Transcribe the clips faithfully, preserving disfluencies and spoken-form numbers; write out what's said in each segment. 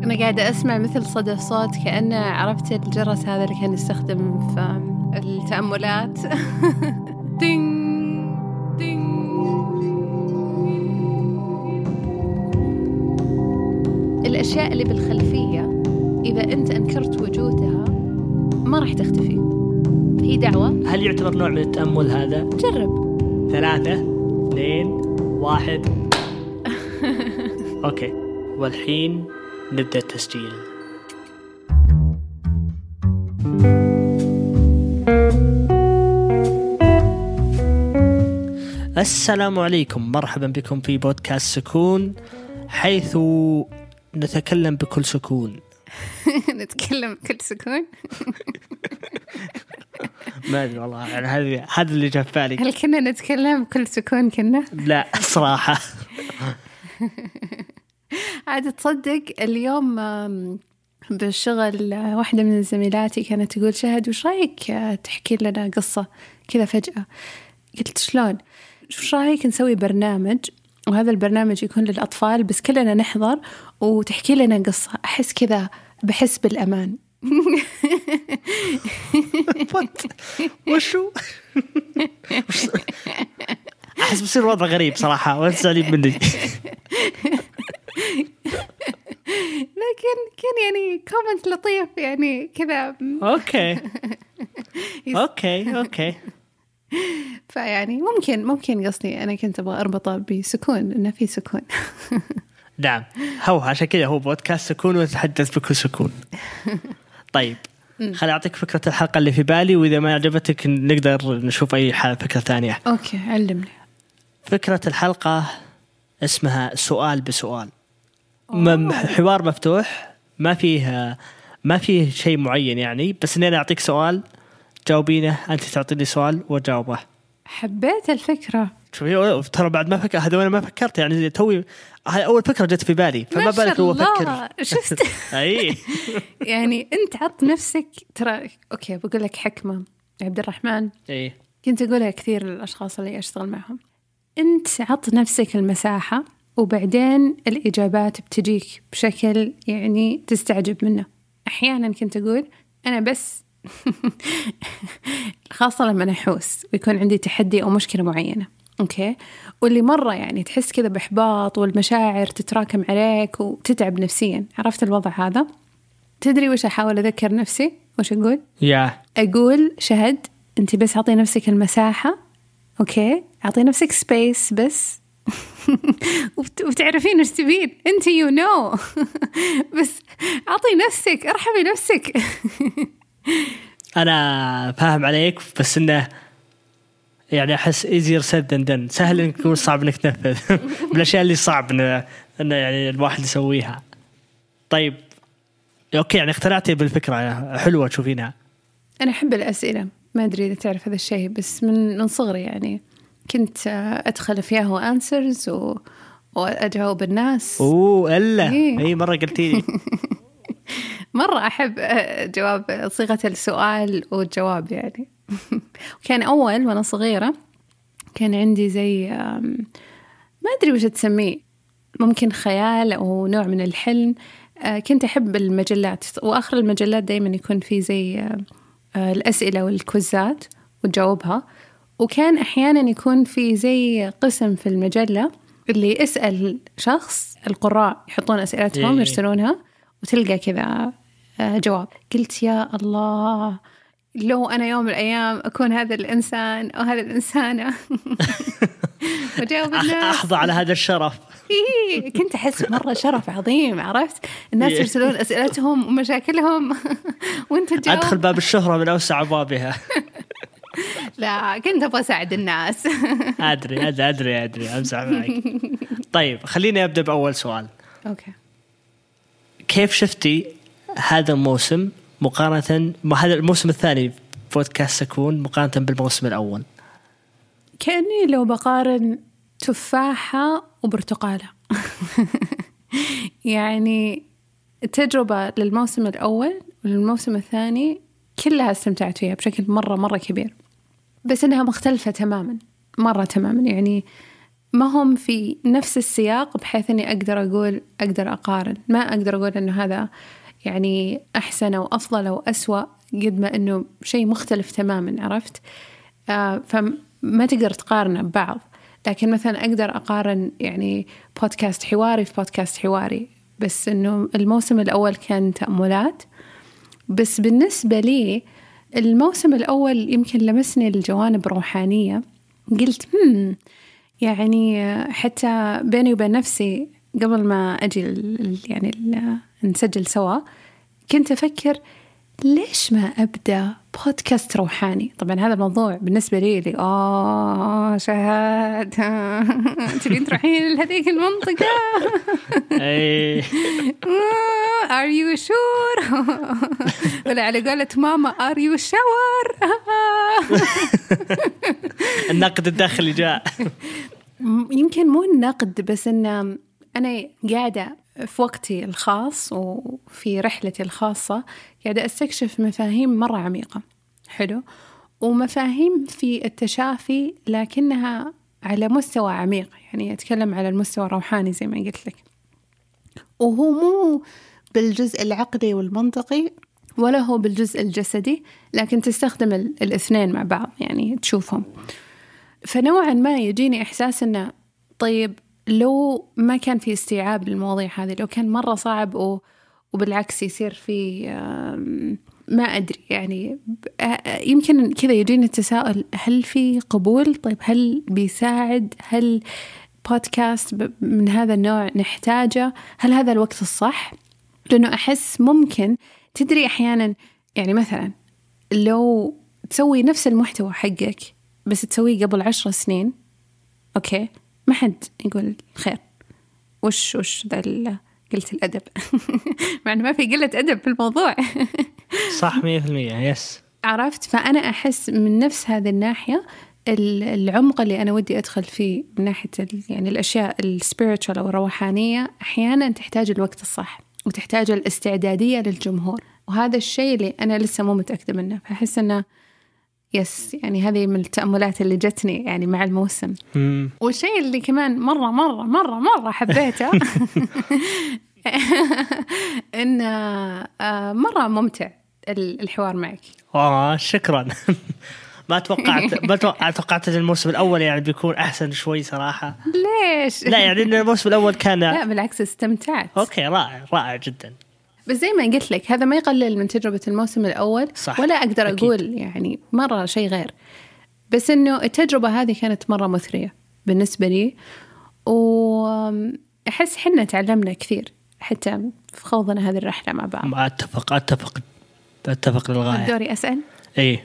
أنا قاعدة أسمع مثل صدى صوت كأنه عرفت الجرس هذا اللي كان يستخدم في التأملات. دينج دينج. الأشياء اللي بالخلفية إذا أنت أنكرت وجودها ما راح تختفي. هي دعوة. هل يعتبر نوع من التأمل هذا؟ جرب. ثلاثة اثنين واحد. أوكي، والحين نبدأ التسجيل. السلام عليكم، مرحبا بكم في بودكاست سكون، حيث نتكلم بكل سكون. نتكلم بكل سكون. ما أدري والله، يعني هذا هذا اللي جاء في بالي. هل كنا نتكلم بكل سكون كنا؟ لا صراحة. عاد تصدق اليوم بالشغل واحدة من زميلاتي كانت تقول شهد وش رأيك تحكي لنا قصة كذا فجأة؟ قلت شلون؟ وش رأيك نسوي برنامج وهذا البرنامج يكون للأطفال بس كلنا نحضر وتحكي لنا قصة، أحس كذا بحس بالأمان. وشو؟ أحس بصير وضع غريب صراحة، وأنت زعلان مني. لكن كان يعني كومنت لطيف يعني كذا. أوكي أوكي أوكي. فيعني ممكن ممكن قصدي أنا كنت أبغى أربطه بسكون، إنه في سكون. نعم، هو عشان كذا هو بودكاست سكون ونتحدث بكل سكون. طيب خلي أعطيك فكرة الحلقة اللي في بالي، وإذا ما عجبتك نقدر نشوف أي فكرة ثانية. أوكي علمني. فكرة الحلقة اسمها سؤال بسؤال. م- حوار مفتوح، ما فيه ما فيه شيء معين يعني، بس إني أنا أعطيك سؤال جاوبينه، أنت تعطيني سؤال وجاوبه. حبيت الفكرة. شوفي ترى بعد ما فكر هذا وأنا ما فكرت يعني، توي هاي أول فكرة جت في بالي، فما بالك لو أفكر. شفت؟ أي يعني أنت عط نفسك ترى. أوكي بقول لك حكمة عبد الرحمن. إيه كنت أقولها كثير للأشخاص اللي أشتغل معهم. أنت عط نفسك المساحة وبعدين الإجابات بتجيك بشكل يعني تستعجب منه. أحيانا كنت أقول أنا بس خاصة لما أحوس ويكون عندي تحدي أو مشكلة معينة، أوكي، واللي مرة يعني تحس كذا بإحباط والمشاعر تتراكم عليك وتتعب نفسيا. عرفت الوضع هذا؟ تدري وش أحاول أذكر نفسي؟ وش أقول؟ yeah. أقول شهد أنت بس أعطي نفسك المساحة، أوكي، أعطي نفسك سبيس بس. وبتعرفين إيش تبين أنت يو نو. بس أعطي نفسك، ارحمي نفسك. أنا فاهم عليك، بس إنه يعني أحس easier said than done. سهل إنك يكون صعب إنك تنفذ. بالأشياء اللي صعب إنه إنه يعني الواحد يسويها. طيب أوكي، يعني اقتنعتي بالفكرة، حلوة تشوفينها. أنا أحب الأسئلة، ما أدري إذا تعرف هذا الشيء، بس من من صغري يعني كنت أدخل في ياهو أنسرز و... وأجاوب الناس. أوه إلا إيه. أي مرة قلتيلي. مرة أحب جواب صيغة السؤال والجواب يعني. كان أول وأنا صغيرة كان عندي زي ما أدري وش تسميه، ممكن خيال أو نوع من الحلم. كنت أحب المجلات، وآخر المجلات دايما يكون في زي الأسئلة والكوزات وتجاوبها. وكان أحيانا يكون في زي قسم في المجلة اللي يسأل شخص، القراء يحطون أسئلتهم إيه. يرسلونها وتلقى كذا جواب. قلت يا الله لو أنا يوم من الأيام أكون هذا الإنسان أو هذا الإنسانة وجاوب الناس. أحظى على هذا الشرف. إيه كنت أحس مرة شرف عظيم. عرفت الناس يرسلون أسئلتهم ومشاكلهم وأنت تجاوب. أدخل باب الشهرة من أوسع أبوابها. لا كنت أبغى أساعد الناس. أدري أدري أدري أدري أمزح معك. طيب خليني أبدأ بأول سؤال. أوكي. كيف شفتي هذا الموسم مقارنة هذا الموسم الثاني بودكاست سكون مقارنة بالموسم الأول؟ كأني لو بقارن تفاحة وبرتقالة. يعني التجربة للموسم الأول وللموسم الثاني كلها استمتعت فيها بشكل مرة مرة كبير، بس إنها مختلفة تماما مرة تماما. يعني ما هم في نفس السياق بحيث أني أقدر أقول أقدر أقارن. ما أقدر أقول أنه هذا يعني أحسن أو أفضل أو أسوأ، قد ما أنه شيء مختلف تماما، عرفت؟ آه فما تقدر تقارن ببعض. لكن مثلا أقدر أقارن يعني بودكاست حواري في بودكاست حواري، بس أنه الموسم الأول كان تأملات. بس بالنسبة لي الموسم الأول يمكن لمسني الجوانب روحانية. قلت هم يعني حتى بيني وبين نفسي قبل ما أجي يعني نسجل سوا كنت أفكر ليش ما أبدأ بودكاست روحاني. طبعا هذا الموضوع بالنسبة لي لي آه شهاد تبين تروحين لهذيك المنطقة are you sure ولا على قولة ماما are you shower النقد الداخلي جاء. يمكن مو النقد، بس إن أنا قاعدة في وقتي الخاص وفي رحلتي الخاصة قاعدة أستكشف مفاهيم مرة عميقة، حلو، ومفاهيم في التشافي لكنها على مستوى عميق، يعني أتكلم على المستوى الروحاني زي ما قلت لك، وهو مو بالجزء العقلي والمنطقي ولا هو بالجزء الجسدي، لكن تستخدم الاثنين مع بعض يعني تشوفهم. فنوعا ما يجيني إحساس إنه طيب لو ما كان في استيعاب للمواضيع هذه، لو كان مرة صعب و... وبالعكس يصير في ما أدري يعني يمكن كذا يجيني التساؤل، هل في قبول؟ طيب هل بيساعد؟ هل بودكاست من هذا النوع نحتاجه؟ هل هذا الوقت الصح؟ لأنه أحس ممكن تدري أحيانا يعني مثلا لو تسوي نفس المحتوى حقك بس تسويه قبل عشر سنين أوكي ما حد يقول خير وش وش ذا قلة الأدب مع أنه ما في قلة أدب في الموضوع صح مية في المية يس. عرفت؟ فأنا أحس من نفس هذه الناحية العمق اللي أنا ودي أدخل فيه من ناحية يعني الأشياء السبيريتشوال أو الروحانية أحيانا تحتاج الوقت الصح وتحتاج الاستعدادية للجمهور، وهذا الشيء اللي أنا لسه مو متأكدة منه. فأحس أنه يس يعني هذه من التأملات اللي جتني يعني مع الموسم. مم. والشيء اللي كمان مرة مرة مرة مرة حبيته إن مرة ممتع الحوار معك. آه شكرا. ما توقعت ما توقعت توقعت الموسم الأول يعني بيكون أحسن شوي صراحة. ليش؟ لا يعني الموسم الأول كان لا بالعكس استمتعت. أوكي رائع رائع جدا. بس زي ما قلت لك هذا ما يقلل من تجربة الموسم الأول صح. ولا أقدر أكيد. أقول يعني مرة شيء غير، بس إنه التجربة هذه كانت مرة مثرية بالنسبة لي، وأحس حنا تعلمنا كثير حتى في خوضنا هذه الرحلة مع بعض. أتفق أتفق أتفق للغاية. دوري أسأل. إيه.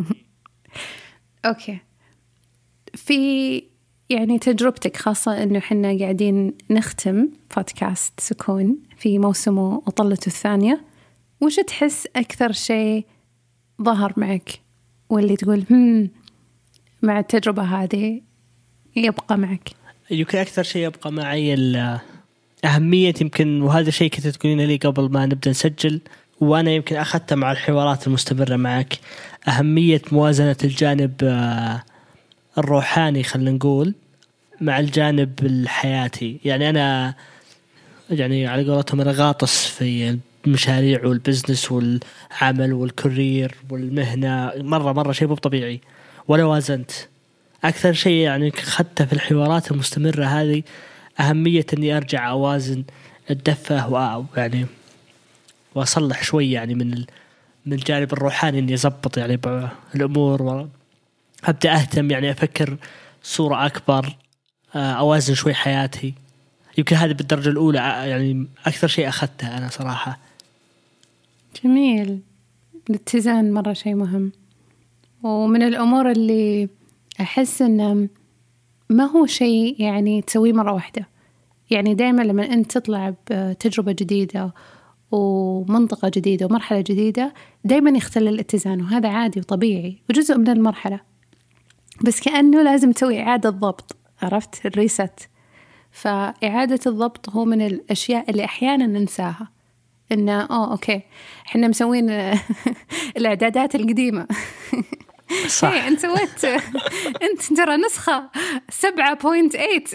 أوكي، في يعني تجربتك خاصة إنه حنا قاعدين نختم بودكاست سكون في موسمه وطلته الثانية، وش تحس أكثر شيء ظهر معك واللي تقول هم مع التجربة هذه يبقى معك؟ يمكن أكثر شيء يبقى معي أهمية، يمكن وهذا شيء كنت تقولين لي قبل ما نبدأ نسجل وأنا يمكن أخذته مع الحوارات المستمرة معك، أهمية موازنة الجانب الروحاني خلينا نقول مع الجانب الحياتي. يعني أنا يعني على قولتهم أنا غاطس في المشاريع والبزنس والعمل والكارير والمهنة مرة مرة شيء مو طبيعي، ولا وازنت. أكثر شيء يعني خدته في الحوارات المستمرة هذه أهمية أني أرجع أوازن الدفة ويعني وأصلح شوي يعني من من الجانب الروحاني إني أضبط يعني الأمور وأبدأ أهتم يعني أفكر صورة أكبر، أوازن شوي حياتي. يمكن هذا بالدرجة الأولى يعني أكثر شيء أخذته أنا صراحة. جميل، الاتزان مرة شيء مهم، ومن الأمور اللي أحس إنه ما هو شيء يعني تسويه مرة واحدة. يعني دائما لما أنت تطلع بتجربة جديدة ومنطقة جديدة ومرحلة جديدة دائما يختل الاتزان، وهذا عادي وطبيعي وجزء من المرحلة، بس كأنه لازم تسوي إعادة ضبط، عرفت الريست. فإعادة الضبط هو من الأشياء اللي أحيانا ننساها، إنه آه أوكي إحنا مسوين الإعدادات القديمة صح. إيه أنت سويت أنت ترى نسخة سبعة بوينت ثمانية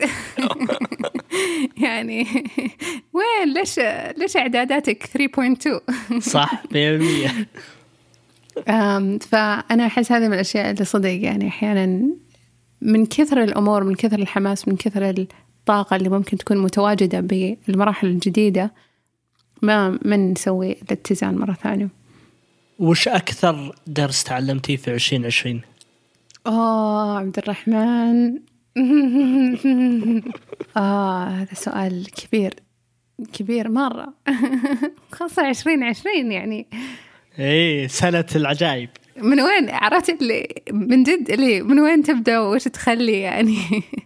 يعني وين ليش ليش إعداداتك ثري بوينت تو؟ صح مية بالمية. فأنا أحس هذه من الأشياء اللي صدق يعني أحيانا من كثر الأمور، من كثر الحماس، من كثر الطاقة اللي ممكن تكون متواجدة بالمراحل الجديدة ما من نسوي الاتزان مرة ثانية. وش أكثر درس تعلمتيه في عشرين عشرين؟ آه عبد الرحمن آه هذا سؤال كبير كبير مرة خاصة عشرين عشرين يعني إيه سنة العجائب. من وين عرفت اللي من جد اللي من وين تبدأ وش تخلي يعني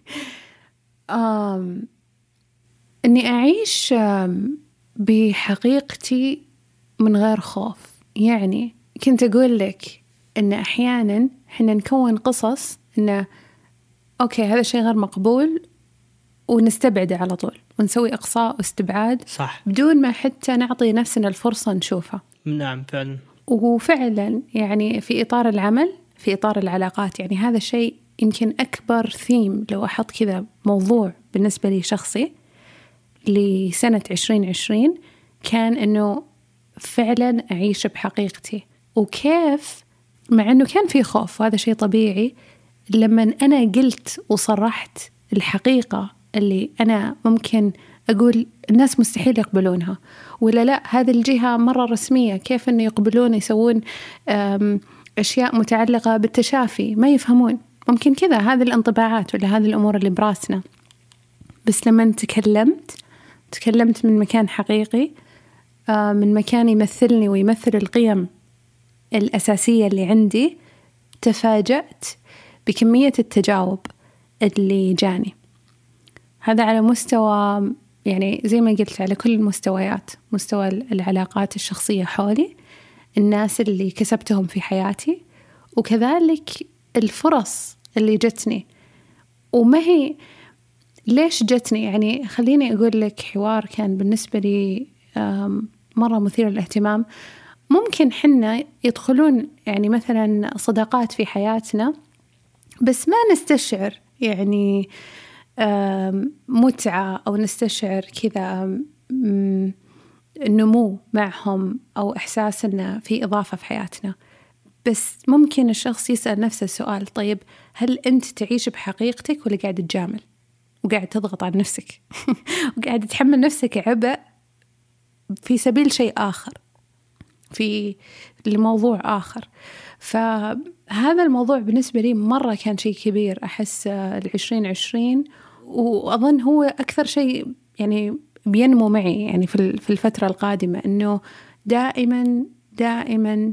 آم إني أعيش بحقيقتي من غير خوف. يعني كنت أقول لك إن أحياناً إحنا نكون قصص إنه أوكي هذا شيء غير مقبول ونستبعده على طول ونسوي إقصاء واستبعاد صح. بدون ما حتى نعطي نفسنا الفرصة نشوفها. نعم فعلا. وفعلا يعني في إطار العمل، في إطار العلاقات، يعني هذا الشيء يمكن أكبر ثيم لو أحط كذا موضوع بالنسبة لي شخصي لسنة عشرين عشرين كان إنه فعلا أعيش بحقيقتي. وكيف مع أنه كان في خوف وهذا شيء طبيعي، لما أنا قلت وصرحت الحقيقة اللي أنا ممكن أقول الناس مستحيل يقبلونها، ولا لا هذه الجهة مرة رسمية كيف أنه يقبلون يسوون أشياء متعلقة بالتشافي ما يفهمون، ممكن كذا هذه الانطباعات ولا هذه الأمور اللي براسنا. بس لما تكلمت تكلمت من مكان حقيقي، من مكان يمثلني ويمثل القيم الأساسية اللي عندي، تفاجأت بكمية التجاوب اللي جاني. هذا على مستوى يعني زي ما قلت على كل المستويات، مستوى العلاقات الشخصية حولي، الناس اللي كسبتهم في حياتي، وكذلك الفرص اللي جتني. وما هي ليش جتني، يعني خليني أقول لك حوار كان بالنسبة لي مرة مثير للاهتمام. ممكن حنا يدخلون يعني مثلا صداقات في حياتنا بس ما نستشعر يعني متعة أو نستشعر كذا نمو معهم أو إحساس إنه في إضافة في حياتنا. بس ممكن الشخص يسأل نفسه السؤال، طيب هل أنت تعيش بحقيقتك ولا قاعد تجامل وقاعد تضغط على نفسك وقاعد تحمل نفسك عبء في سبيل شيء آخر، في الموضوع آخر؟ فهذا الموضوع بالنسبة لي مرة كان شيء كبير. أحس العشرين عشرين وأظن هو أكثر شيء يعني بينمو معي يعني في الفترة القادمة، أنه دائما دائما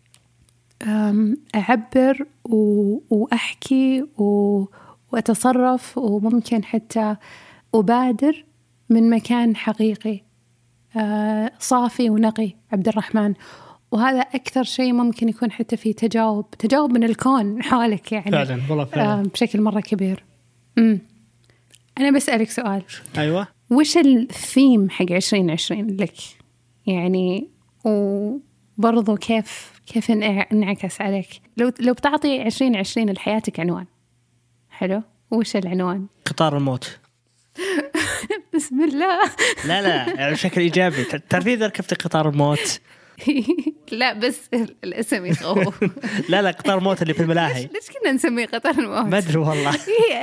أعبر وأحكي وأتصرف وممكن حتى أبادر من مكان حقيقي صافي ونقي عبد الرحمن. وهذا أكثر شيء ممكن يكون حتى في تجاوب تجاوب من الكون حولك يعني فعلا والله فعلا. بشكل مرة كبير. أمم أنا بسألك سؤال. أيوة. وش الثيم حق عشرين عشرين لك يعني، وبرضو كيف كيف انعكس عليك؟ لو لو بتعطي عشرين عشرين لحياتك عنوان حلو، وش العنوان؟ قطار الموت. بسم الله. لا لا يعني بشكل إيجابي. تعرفين إذا ركبت قطار الموت؟ لا بس الاسم يخوف. لا لا قطار الموت اللي في الملاهي. ليش كنا نسميه قطار الموت؟ ما أدري والله.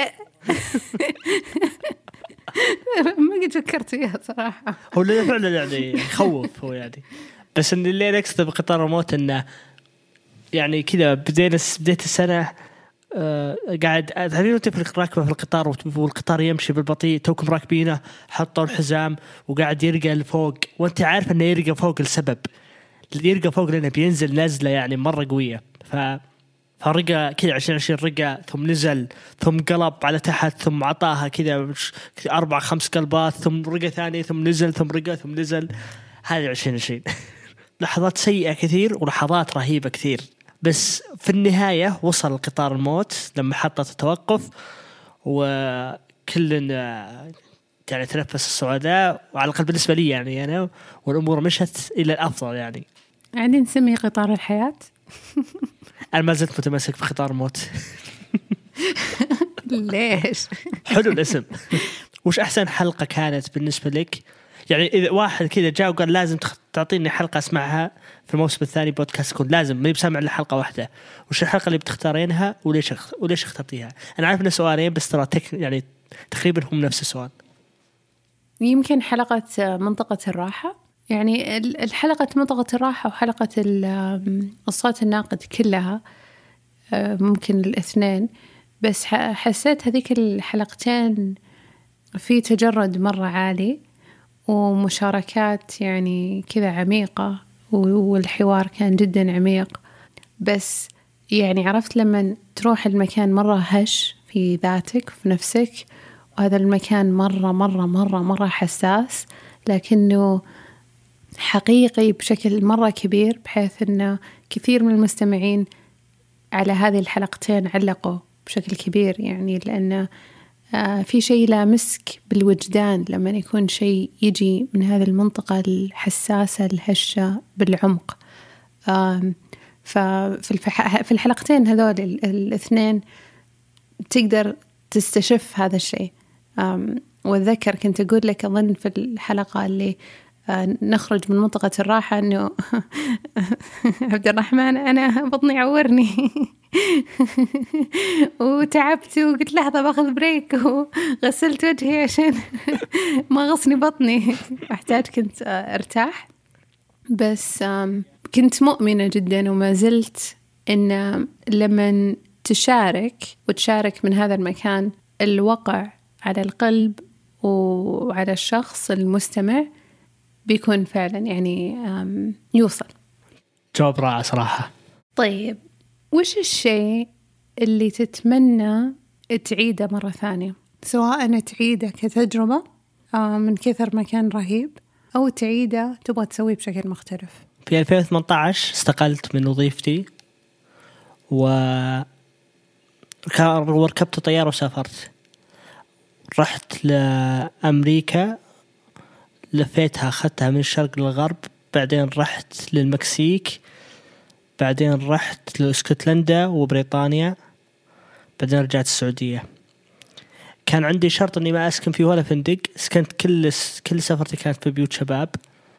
ما قد فكرت فيها صراحة. هو اللي فعلا يعني يخوف هو يعني. بس إن اللي نقصد بقطار الموت إنه يعني كذا بدينا بداية السنة أه قاعد تعرفين أنت في راكبة في القطار والقطار يمشي بالبطيء، توكم راكبينه حطوا الحزام وقاعد يرقى لفوق، وأنت عارف إنه يرقى فوق السبب اللي يرقى فوق لأنه بينزل نزلة يعني مرة قوية. ف فرقى كذا عشرين عشرين رقى ثم نزل ثم قلب على تحت ثم عطاها كذا أربع خمس قلبات ثم رقى ثاني ثم نزل ثم رقى ثم نزل. هذه عشرين عشرين. لحظات سيئة كثير ولحظات رهيبة كثير، بس في النهاية وصل القطار الموت لما حطت التوقف وكل يعني تنفس السعداء، وعلى الأقل بالنسبة لي يعني أنا، والأمور مشت إلى الأفضل يعني. عندي نسميه قطار الحياة. أنا ما زلت متمسك بخطار موت. ليش؟ حلو الاسم. وش أحسن حلقة كانت بالنسبة لك؟ يعني إذا واحد كذا جاء وقال لازم تعطيني حلقة أسمعها في الموسم الثاني بودكاست كون، لازم ما يبسمع إلا حلقة واحدة، وش الحلقة اللي بتختارينها وليش وليش اخترتيها؟ أنا عارف إن سؤالين بس ترى تك يعني تقريبا هم نفس السؤال. يمكن حلقة منطقة الراحة، يعني الحلقة منطقة الراحة وحلقة الصوت الناقد كلها ممكن الاثنين، بس حسيت هذيك الحلقتين في تجرد مرة عالي ومشاركات يعني كذا عميقة، والحوار كان جدا عميق. بس يعني عرفت لما تروح المكان مرة هش في ذاتك في نفسك، وهذا المكان مرة مرة مرة مرة حساس لكنه حقيقي بشكل مرة كبير، بحيث أنه كثير من المستمعين على هذه الحلقتين علقوا بشكل كبير، يعني لأنه آه في شيء لامسك بالوجدان لما يكون شيء يجي من هذه المنطقة الحساسة الهشة بالعمق. آه ففي في الحلقتين هذول الاثنين تقدر تستشف هذا الشيء. وأتذكر كنت أقول لك أظن في الحلقة اللي نخرج من منطقة الراحة أنه عبد الرحمن أنا بطني عورني وتعبت وقلت لحظة باخذ بريك وغسلت وجهي عشان ما غصني بطني، أحتاج كنت أرتاح. بس كنت مؤمنة جدا وما زلت إن لما تشارك وتشارك من هذا المكان الوقع على القلب وعلى الشخص المستمع بيكون فعلا يعني يوصل. جواب رائع صراحة. طيب وش الشيء اللي تتمنى تعيده مرة ثانية، سواء تعيده كتجربة من كثر ما كان رهيب أو تعيده تبغى تسويه بشكل مختلف؟ في ألفين وثمانية عشر استقلت من وظيفتي وركبت طيارة وسافرت، رحت لأمريكا، لفيتها أخذتها من الشرق للغرب، بعدين رحت للمكسيك، بعدين رحت لاسكتلندا وبريطانيا، بعدين رجعت السعودية. كان عندي شرط إني ما أسكن في ولا فندق، سكنت كل كل سفرتي كانت في بيوت شباب،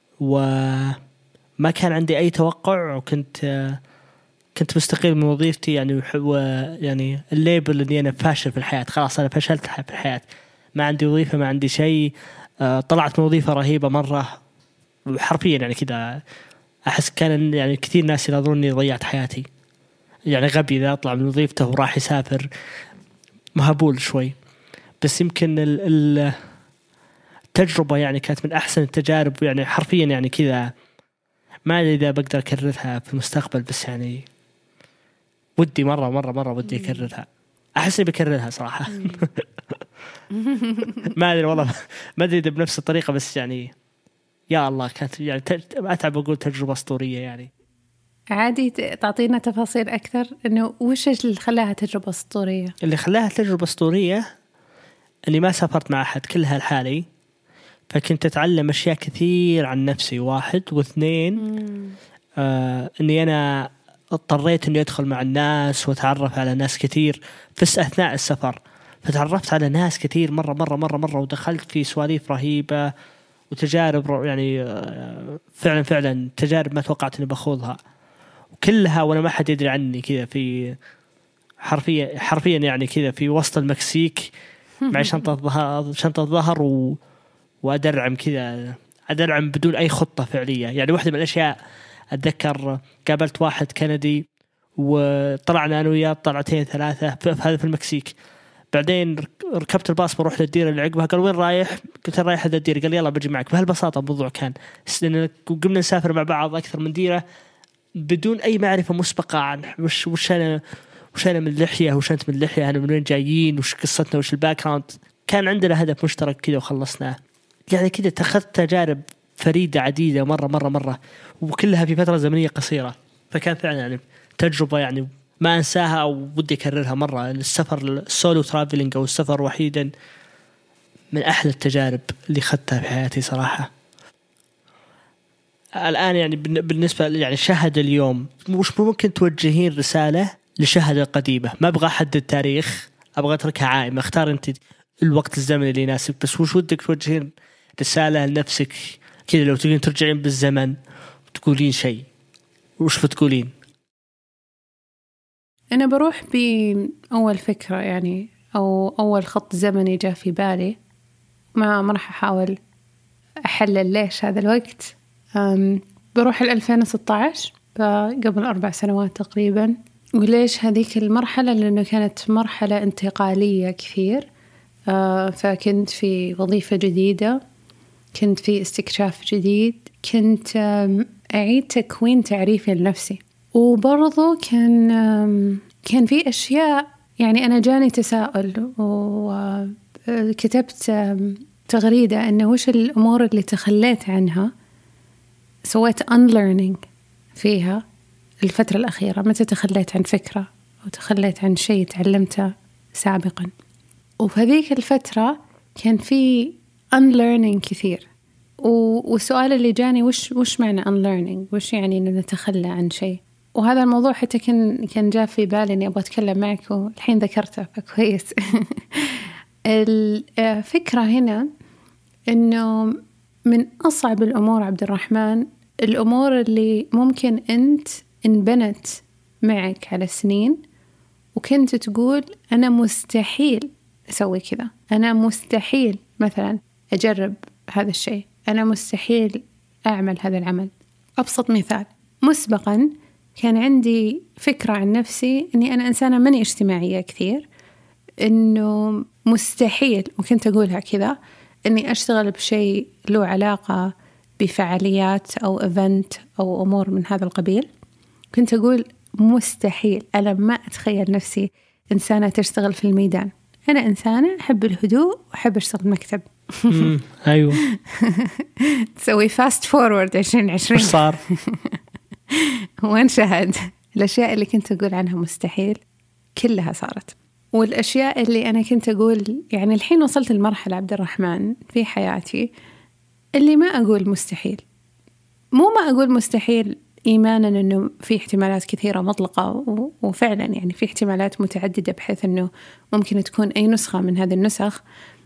وما كان عندي أي توقع، وكنت كنت مستقيل من وظيفتي يعني يعني الليبل إني أنا فاشل في الحياة، خلاص أنا فشلت في الحياة، ما عندي وظيفة ما عندي شيء. طلعت من وظيفة رهيبة مرة حرفيا، يعني كذا أحس كان يعني كثير ناس ينظرون إني ضيعت حياتي، يعني غبي إذا أطلع من وظيفته وراح يسافر، مهبول شوي. بس يمكن التجربة يعني كانت من أحسن التجارب، يعني حرفيا يعني كذا ما أدري إذا بقدر أكررها في المستقبل، بس يعني ودي مرة مرة مرة ودي أكررها، أحس إني بكررها صراحة. ما أدري والله، ما أدري إذا بنفس الطريقة، بس يعني يا الله كانت يعني أتعب أقول تجربة أسطورية. يعني عادي تعطينا تفاصيل أكثر، إنه وش اللي خلاها تجربة أسطورية؟ اللي خلاها تجربة أسطورية أني ما سافرت مع أحد، كلها لحالي، فكنت أتعلم أشياء كثير عن نفسي، واحد واثنين آه أني أنا اضطريت أني أدخل مع الناس وأتعرف على ناس كثير في أثناء السفر، فتعرفت على ناس كثير مرة مرة مرة مرة، ودخلت في سواليف رهيبة وتجارب، يعني فعلا فعلا تجارب ما توقعت أني بخوضها، وكلها وأنا ما حد يدري عني، كذا في حرفيا حرفيا يعني كذا في وسط المكسيك مع شنطة ظهر شنطة ظهر و... وأدرعم كذا أدرعم بدون أي خطة فعلية. يعني واحدة من الأشياء أتذكر قابلت واحد كندي وطلعنا أنا وياه طلعتين ثلاثة في هذا في المكسيك، بعدين ركبت الباص بروح للديرة اللي عقبها، قال وين رايح؟ قلت رايح هذا الديرة، قال يلا بجي معك. بهالبساطة الموضوع كان، قمنا نسافر مع بعض أكثر من ديرة بدون أي معرفة مسبقة عن وش وش أنا وش أنا من اللحية وش أنت من اللحية، أنا من وين جايين، وش قصتنا وش الباك جراوند. كان عندنا هدف مشترك كذا وخلصناه. يعني كذا اتخذت تجارب فريدة عديدة مرة مرة مرة، وكلها في فترة زمنية قصيرة، فكان فعلا يعني تجربة يعني ما أنساها أو ودي أكررها مرة. السفر السولو ترافلينج أو السفر وحيدا من أحلى التجارب اللي خدتها في حياتي صراحة. الآن يعني بالنسبة يعني شهد اليوم، مش ممكن توجهين رسالة لشهد القديمة؟ ما أبغى أحدد تاريخ، أبغى أتركها عائمة، اختار أنت الوقت الزمني اللي يناسب، بس وش ودك توجهين رسالة لنفسك كذا لو تقولين ترجعين بالزمن وتقولين شيء، وش بتقولين؟ أنا بروح بأول فكرة يعني، أو أول خط زمني جاء في بالي، ما ما راح أحاول أحلل ليش هذا الوقت. بروح الألفين وستة عشر، قبل أربع سنوات تقريبا. وليش هذيك المرحلة؟ لأنه كانت مرحلة انتقالية كثير. فكنت في وظيفة جديدة، كنت في استكشاف جديد، كنت أعيد تكوين تعريفي لنفسي. وبرضو كان كان في أشياء، يعني أنا جاني تساؤل وكتبت تغريدة إنه وش الأمور اللي تخليت عنها، سويت unlearning فيها الفترة الأخيرة. متى تخليت عن فكرة أو تخليت عن شيء تعلمته سابقا. وفي هذيك الفترة كان في unlearning كثير. والسؤال اللي جاني وش وش معنى unlearning، وش يعني إنه نتخلى عن شيء. وهذا الموضوع حتى كان كان جاء في بالي إني أبغى أتكلم معك، والحين ذكرته فكويس. الفكرة هنا إنه من أصعب الأمور عبد الرحمن، الأمور اللي ممكن أنت انبنت معك على سنين وكنت تقول أنا مستحيل أسوي كذا، أنا مستحيل مثلا أجرب هذا الشيء، أنا مستحيل أعمل هذا العمل. أبسط مثال، مسبقا كان عندي فكرة عن نفسي أني أنا إنسانة ماني اجتماعية كثير، أنه مستحيل، وكنت أقولها كذا، أني أشتغل بشيء له علاقة بفعاليات أو إيفنت أو أمور من هذا القبيل. كنت أقول مستحيل، أنا ما أتخيل نفسي إنسانة تشتغل في الميدان، أنا إنسانة أحب الهدوء وأحب أشتغل مكتب. أيوة. تسوي فاست فورورد عشرين عشرين. وش صار؟ وين شهد الأشياء اللي كنت أقول عنها مستحيل كلها صارت. والأشياء اللي أنا كنت أقول، يعني الحين وصلت المرحلة عبد الرحمن في حياتي اللي ما أقول مستحيل. مو ما أقول مستحيل إيمانا أنه في احتمالات كثيرة مطلقة، وفعلا يعني في احتمالات متعددة بحيث أنه ممكن تكون أي نسخة من هذه النسخ،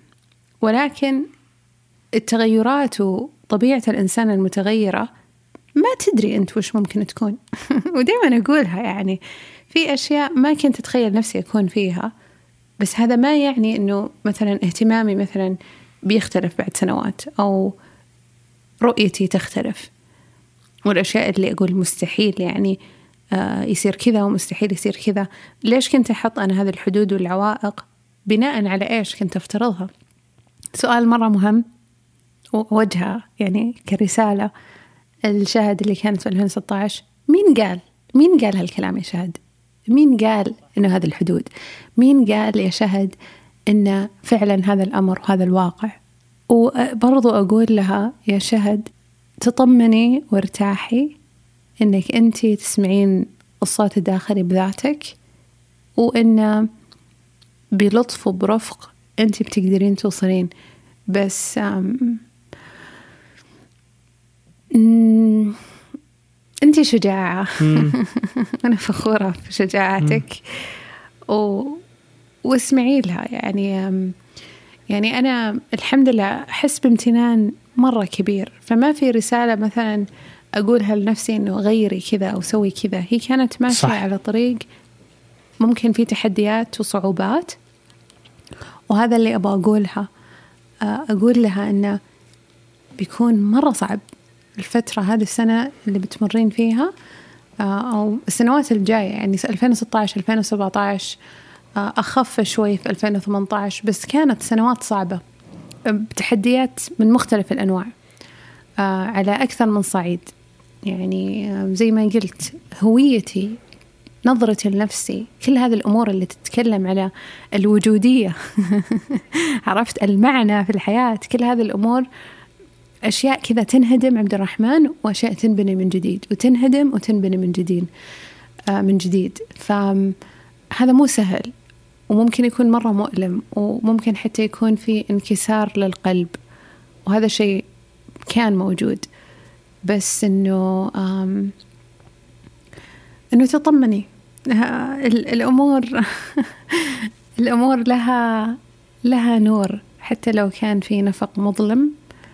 ولكن التغيرات وطبيعة الإنسان المتغيرة ما تدري أنت وش ممكن تكون. ودائما أقولها، يعني في أشياء ما كنت أتخيل نفسي أكون فيها، بس هذا ما يعني أنه مثلا اهتمامي مثلا بيختلف بعد سنوات أو رؤيتي تختلف. والأشياء اللي أقول مستحيل يعني آه يصير كذا ومستحيل يصير كذا، ليش كنت أحط أنا هذه الحدود والعوائق؟ بناء على إيش كنت أفترضها؟ سؤال مرة مهم ووجهه يعني كرسالة الشهد اللي كانت في ألفين وستة عشر. مين قال مين قال هالكلام يا شهد؟ مين قال إنه هذه الحدود؟ مين قال يا شهد إن فعلا هذا الأمر وهذا الواقع؟ وبرضو أقول لها يا شهد تطمني وارتاحي إنك أنتي تسمعين الصوت الداخلي بذاتك، وإن بلطف وبرفق أنتي بتقدرين توصلين. بس أنتي شجاعة. أنا فخورة بشجاعتك و... واسمعي لها. يعني يعني أنا الحمد لله أحس بامتنان مرة كبير، فما في رسالة مثلا أقولها لنفسي إنه غيري كذا أو سوي كذا. هي كانت ماشية صح على طريق ممكن في تحديات وصعوبات، وهذا اللي أبغى أقولها. أقول لها إنه بيكون مرة صعب الفترة هذه السنة اللي بتمرين فيها أو السنوات الجاية، يعني ألفين وستة عشر ألفين وسبعة عشر أخف شوي في ألفين وثمانية عشر، بس كانت سنوات صعبة بتحديات من مختلف الأنواع على أكثر من صعيد. يعني زي ما قلت، هويتي، نظرتي لنفسي، كل هذه الأمور اللي تتكلم على الوجودية. عرفت المعنى في الحياة، كل هذه الأمور أشياء كذا تنهدم عبد الرحمن، وأشياء تنبني من جديد، وتنهدم وتنبني من جديد من جديد. فهذا مو سهل، وممكن يكون مرة مؤلم، وممكن حتى يكون في انكسار للقلب، وهذا شيء كان موجود. بس إنه إنه تطمني الأمور الأمور لها لها نور حتى لو كان في نفق مظلم،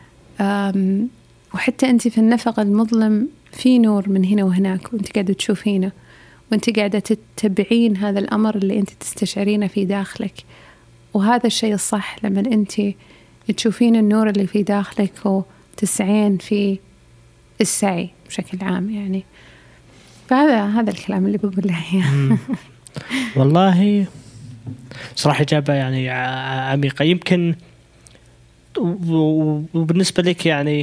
وحتى أنت في النفق المظلم في نور من هنا وهناك وأنت قاعدة تشوفينه، وأنت قاعدة تتبعين هذا الأمر اللي أنت تستشعرينه في داخلك. وهذا الشيء الصح لما أنت تشوفين النور اللي في داخلك وتسعين في السعي بشكل عام يعني. فهذا هذا الكلام اللي بقول له. والله صراحة إجابة يعني عميقة. يمكن وبالنسبة لك يعني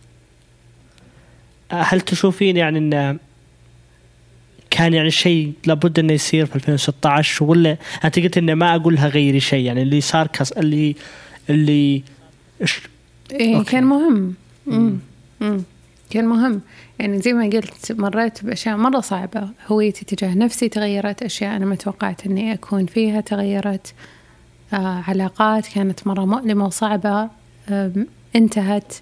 هل تشوفين يعني إن كان يعني شيء لابد إنه يصير في ألفين وستة عشر، ولا أنت قلت إنه ما أقولها غيري شيء يعني اللي صار كس اللي اللي إش... إيه كان مهم. مم. مم. كان مهم يعني زي ما قلت مريت بأشياء مرة صعبة، هويتي تجاه نفسي تغيرت، أشياء أنا ما توقعت أني أكون فيها تغيرت، آه علاقات كانت مرة مؤلمة وصعبة انتهت.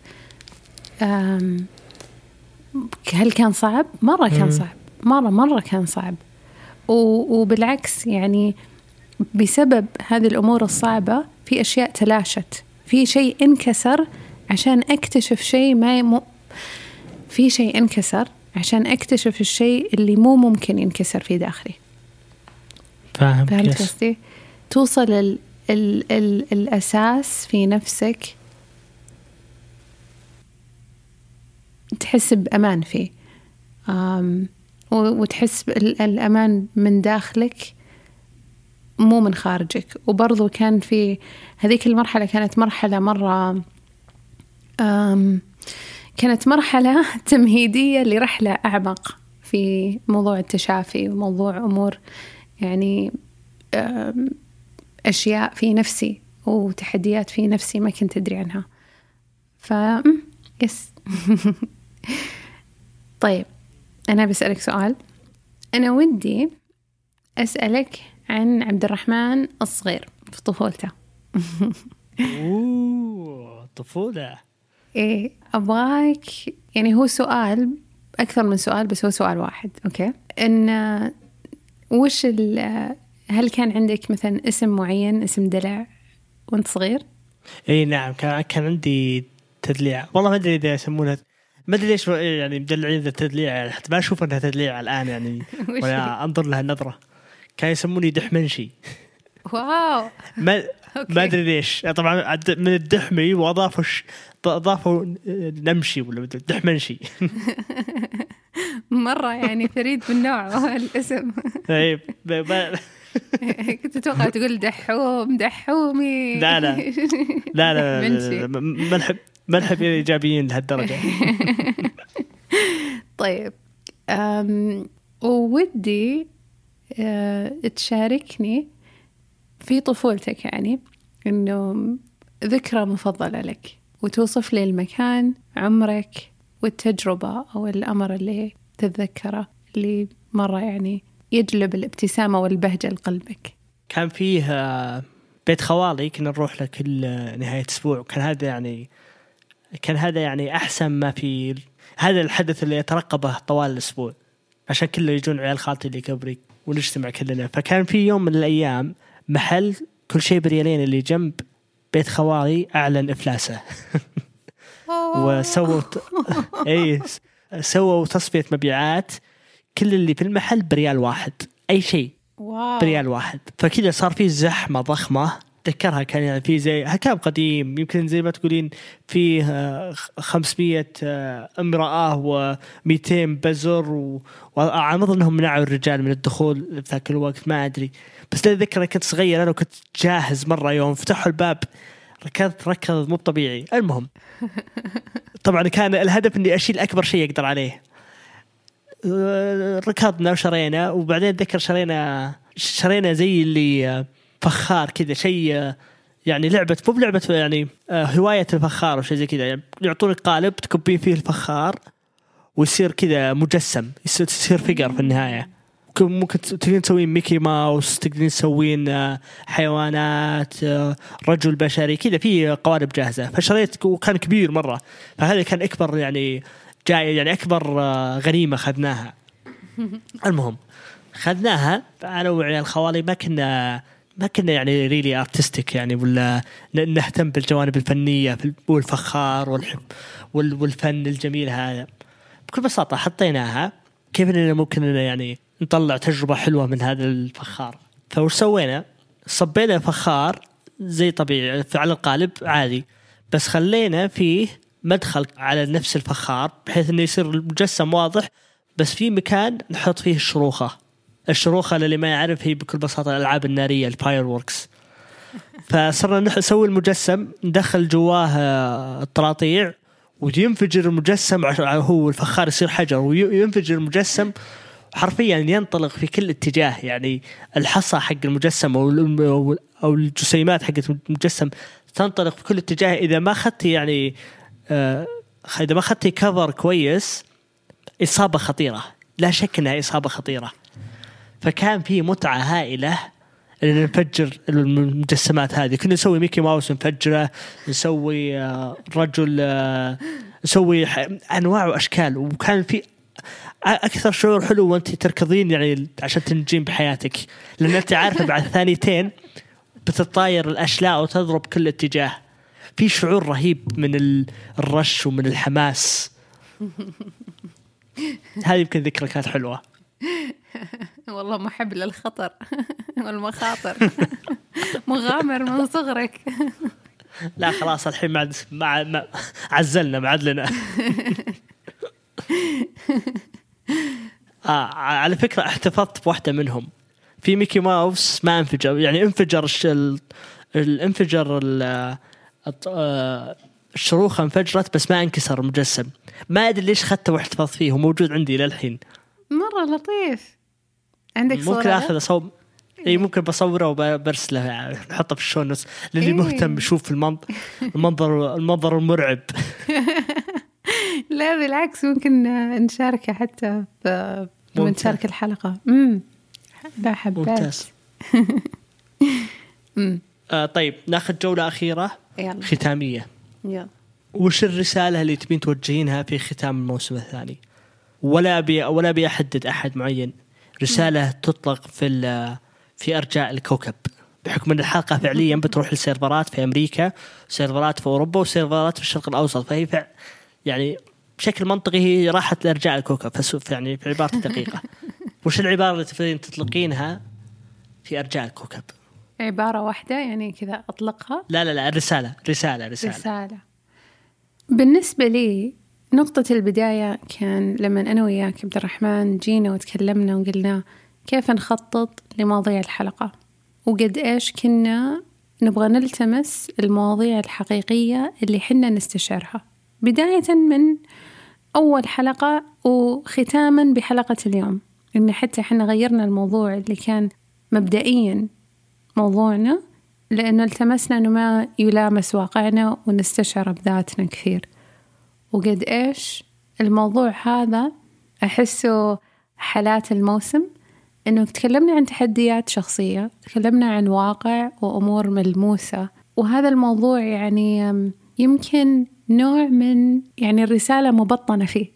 هل كان صعب؟ مرة كان صعب، مرة مرة كان صعب. وبالعكس يعني بسبب هذه الأمور الصعبة في أشياء تلاشت، في شيء انكسر عشان أكتشف شيء ما م... في شيء انكسر عشان أكتشف الشيء اللي مو ممكن ينكسر في داخلي. فاهم؟ فهمت قصدي؟ توصل ال... ال... ال... الأساس في نفسك تحس بأمان فيه، أم... وتحس بالأمان من داخلك مو من خارجك. وبرضو كان في هذيك المرحلة كانت مرحلة مرة أم... كانت مرحلة تمهيدية لرحلة أعمق في موضوع التشافي وموضوع أمور يعني أشياء في نفسي وتحديات في نفسي ما كنت أدري عنها. ف يس. طيب أنا بسألك سؤال. أنا ودي أسألك عن عبد الرحمن الصغير في طفولته. أوه طفولة. إيه أبغاك يعني هو سؤال أكثر من سؤال بس هو سؤال واحد. أوكي إن وش ال هل كان عندك مثلا اسم معين، اسم دلع وانت صغير؟ إيه نعم كان كان عندي تدليع. والله ما أدري إذا يسمونها، ما أدري ليش يعني مدلعين ذا تدليع يعني حتى ما أشوف أنها تدليع الآن يعني ولا أنظر لها نظرة. كان يسموني دحمنشي. واو. ما ما أدري ليش طبعا من الدحمي وأضافوا ش... أضافوا نمشي ولا دحمنشي. مرة يعني فريد من نوعه الاسم. طيب كنت أتوقع تقول دحوم دحومي. لا لا لا لا ما نحب ما نحب إيجابيين لهالدرجة. طيب أم ودي أه تشاركني في طفولتك يعني إنه ذكرى مفضلة لك وتوصف لي المكان، عمرك، والتجربة أو الأمر اللي تتذكره اللي مرة يعني يجلب الابتسامة والبهجة لقلبك. كان فيه بيت خوالي كنا نروح له كل نهاية أسبوع، وكان هذا يعني كان هذا يعني أحسن ما في هذا الحدث اللي يترقبه طوال الأسبوع عشان كله يجون عيال خالتي اللي كبري ونجتمع كلنا. فكان في يوم من الأيام محل كل شيء بريالين اللي جنب بيت خوالي أعلن إفلاسه. وسووا أي سووا تصفية مبيعات، كل اللي في المحل بريال واحد، أي شيء بريال واحد. فكذا صار فيه زحمة ضخمة. تذكرها كان يعني في زي هكام قديم يمكن زي ما تقولين فيه خمسمية امرأة ومئتين بزر، وعمض أنهم منعوا الرجال من الدخول في ذاك الوقت ما أدري. بس أتذكر كنت صغير أنا وكنت جاهز مرة، يوم فتحوا الباب ركضت ركض مو طبيعي. المهم طبعا كان الهدف إني أشيل أكبر شيء أقدر عليه. ركضنا وشرينا، وبعدين أتذكر شرينا شرينا زي اللي فخار كذا شيء يعني لعبة مو بلعبة يعني هواية الفخار وشيء زي كذا، يعني يعطونك قالب تكبين فيه الفخار ويصير كذا مجسم، يصير فيجر في النهاية. ممكن تقدرين تسوين ميكي ماوس، تقدرين تسوين حيوانات، رجل بشري كذا، في قوالب جاهزة. فشريت وكان كبير مرة، فهذا كان أكبر يعني جاي يعني أكبر غنيمة خذناها. المهم خذناها أنا وعيال الخوالي، ما كنا ما كنا يعني ريلي ارتستيك يعني، ولا نهتم بالجوانب الفنية والفخار والحب والفن الجميل هذا. بكل بساطة حطيناها كيف إننا ممكن يعني نطلع تجربة حلوة من هذا الفخار. فوش سوينا؟ صبينا فخار زي طبيعي على القالب عادي، بس خلينا فيه مدخل على نفس الفخار بحيث إنه يصير المجسم واضح، بس في مكان نحط فيه الشروخة. الشروخة اللي ما يعرف هي بكل بساطة الألعاب النارية الفايروركس. فصرنا نسوي المجسم ندخل جواه الطراطيع وينفجر المجسم، هو الفخار يصير حجر وينفجر المجسم حرفيا ينطلق في كل اتجاه. يعني الحصى حق المجسم أو أو الجسيمات حق المجسم تنطلق في كل اتجاه. إذا ما أخذتي يعني آه إذا ما أخذتي كفر كويس إصابة خطيرة، لا شك أنها إصابة خطيرة. فكان فيه متعة هائلة إن نفجر المجسمات هذه. كنا نسوي ميكي ماوس نفجره، نسوي آه رجل آه نسوي أنواع وأشكال. وكان في أكثر شعور حلو وأنت تركضين يعني عشان تنجين بحياتك، لأن أنت عارفة بعد ثانيتين بتطاير الأشلاء وتضرب كل اتجاه. في شعور رهيب من الرش ومن الحماس. هذه يمكن ذكرى كانت حلوة. والله محب للخطر والمخاطر. مغامر من صغرك. لا خلاص الحين مع مع, مع عزلنا معدلنا. آه على فكرة احتفظت بواحدة منهم في ميكي ماوس ما انفجر، يعني انفجر ال... الانفجر ال... الشروخة انفجرت بس ما انكسر المجسم. ما أدري ليش خدته واحتفظت فيه وموجود عندي للحين. مرة لطيف. عندك صورة؟ ممكن أخذ أصور. إيه ممكن بصوره وبرسله يعني نحطه في الشو نوتس للي إيه؟ مهتم يشوف المنظر المنظر المنظر المرعب. لا بالعكس ممكن نشاركه حتى بنشارك الحلقة. امم لا حبات. آه طيب ناخذ جولة أخيرة يلا. ختامية. يلا. وش الرسالة اللي تبين توجهينها في ختام الموسم الثاني؟ ولا بي ولا بيحدد أحد معين. رسالة مم. تطلق في في أرجاء الكوكب، بحكم أن الحلقة فعليا بتروح لسيرفرات في أمريكا، سيرفرات في أوروبا، وسيرفرات في الشرق الأوسط. فهي فع يعني بشكل منطقي هي راحت لأرجاء الكوكب. فسوف يعني في عبارة دقيقة وش العبارة اللي تفضلين تطلقينها في أرجاء الكوكب؟ عبارة واحدة يعني كذا أطلقها؟ لا لا لا رسالة رسالة رسالة, رسالة. بالنسبة لي نقطة البداية كان لما أنا وياك عبد الرحمن جينا وتكلمنا وقلنا كيف نخطط لمواضيع الحلقة، وقد إيش كنا نبغى نلتمس المواضيع الحقيقية اللي حنا نستشعرها، بداية من أول حلقة وختاما بحلقة اليوم. إن حتى حنا غيرنا الموضوع اللي كان مبدئيا موضوعنا، لأنه التمسنا أنه ما يلامس واقعنا ونستشعر بذاتنا كثير. وقد إيش الموضوع هذا أحسه حالات الموسم، إنه تكلمنا عن تحديات شخصية، تكلمنا عن واقع وأمور ملموسة. وهذا الموضوع يعني يمكن نوع من يعني الرسالة مبطنة فيه.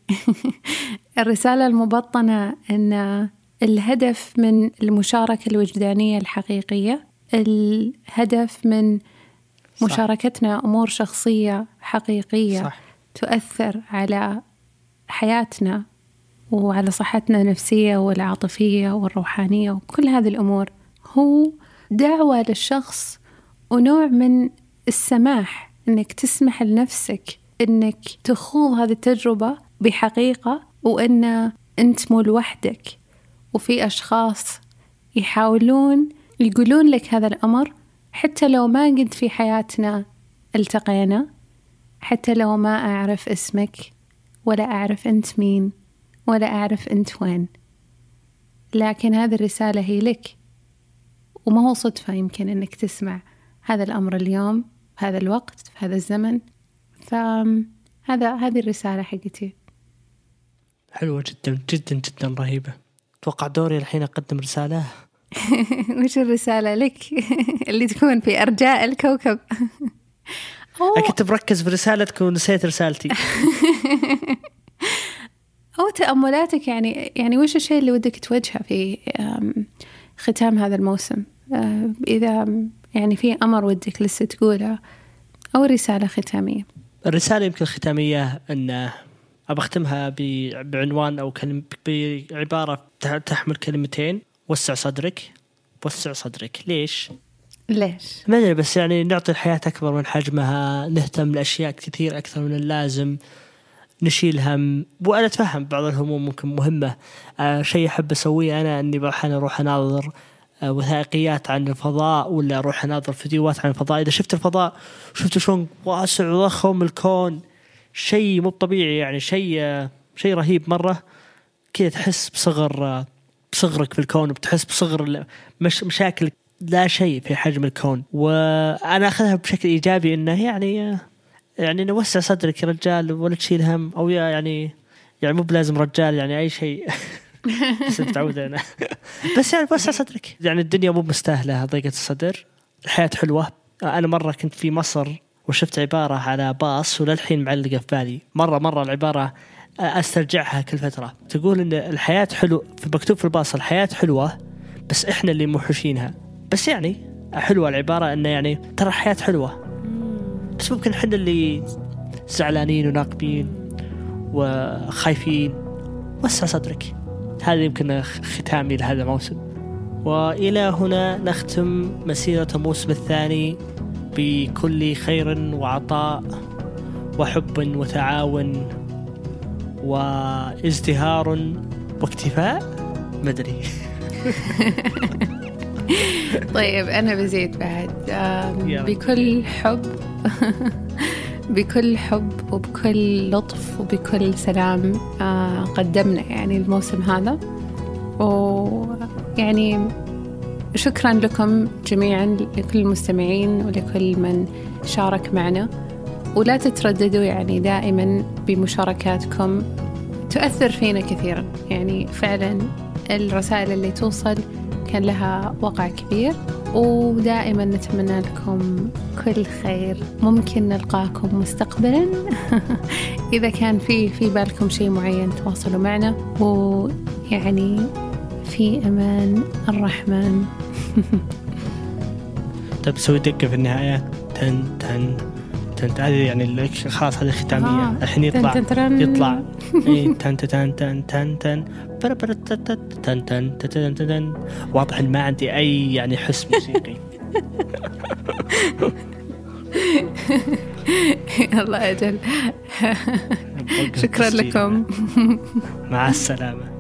الرسالة المبطنة أن الهدف من المشاركة الوجدانية الحقيقية، الهدف من صح. مشاركتنا أمور شخصية حقيقية صح. تؤثر على حياتنا وعلى صحتنا النفسية والعاطفية والروحانية وكل هذه الأمور، هو دعوة للشخص ونوع من السماح إنك تسمح لنفسك إنك تخوض هذه التجربة بحقيقة، وإن أنت مو لوحدك، وفي أشخاص يحاولون يقولون لك هذا الأمر حتى لو ما قد في حياتنا التقينا، حتى لو ما أعرف اسمك ولا أعرف أنت مين ولا أعرف أنت وين، لكن هذه الرسالة هي لك. وما هو صدفة يمكن أنك تسمع هذا الأمر اليوم في هذا الوقت في هذا الزمن. فهذا هذه الرسالة حقتي. حلوة جدا جدا جدا رهيبة. أتوقع دوري الحين أقدم رسالة. وش الرسالة لك اللي تكون في أرجاء الكوكب؟ كنت بركز في رسالتك ونسيت رسالتي. أو تأملاتك، يعني يعني وش الشيء اللي ودك توجهه في ختام هذا الموسم؟ إذا يعني في أمر ودك لسه تقوله أو رسالة ختامية. الرسالة يمكن الختامية أن أبى أختمها بعنوان أو كلمة بعبارة تحمل كلمتين: وسع صدرك. وسع صدرك. ليش؟ ليش؟ ما أدري، بس يعني نعطي الحياة أكبر من حجمها، نهتم لأشياء كثير أكثر من اللازم، نشيل هم. وأنا أتفهم بعض الهموم ممكن مهمة. آه شيء أحب أسويه أنا أني بروح أنا أروح أناظر آه وثائقيات عن الفضاء، ولا أروح أناظر فيديوهات عن الفضاء. إذا شفت الفضاء شفت شلون واسع وضخم الكون، شيء مو طبيعي، يعني شيء آه شيء رهيب مرة. كذا تحس بصغر آه بصغرك في الكون، وبتحس بصغر مش مشاكل لا شيء في حجم الكون. وأنا أخذها بشكل إيجابي، إنه يعني آه يعني نوسع صدرك يا رجال، ولا تشيل هم. أو يا يعني يعني مو بلازم رجال، يعني أي شيء بس متعود أنا بس يعني وسع صدرك. يعني الدنيا مو مستاهلة ضيقة الصدر، الحياة حلوة. أنا مرة كنت في مصر وشفت عبارة على باص وللحين معلقة في بالي، مرة مرة العبارة أسترجعها كل فترة. تقول إن الحياة حلوة، مكتوب في الباص الحياة حلوة بس إحنا اللي موحشينها. بس يعني حلوة العبارة، إنه يعني ترى الحياة حلوة بس ممكن إحنا اللي زعلانين وناقبين وخايفين. وسع صدرك. هذا يمكن ختامي لهذا الموسم. وإلى هنا نختم مسيرة الموسم الثاني بكل خير وعطاء وحب وتعاون وازدهار واكتفاء. مدري طيب أنا بزيد بعد بكل حب بكل حب وبكل لطف وبكل سلام قدمنا يعني الموسم هذا. ويعني شكرا لكم جميعا، لكل المستمعين ولكل من شارك معنا. ولا تترددوا يعني دائما بمشاركاتكم، تؤثر فينا كثيرا. يعني فعلا الرسائل اللي توصل كان لها وقع كبير، ودائما نتمنى لكم كل خير. ممكن نلقاكم مستقبلا إذا كان في في بالكم شيء معين تواصلوا معنا، ويعني في أمان الرحمن. طيب سوي دقة في النهاية. تن تن تن هذه يعني خلاص هذه ختامية. آه. الحين يطلع تن تن يطلع إيه تن تن تن تن تن بر بر تن تن تن تن تن. واضح إن ما عندي أي يعني حس موسيقي. الله أجل. شكرا لكم. مع السلامة.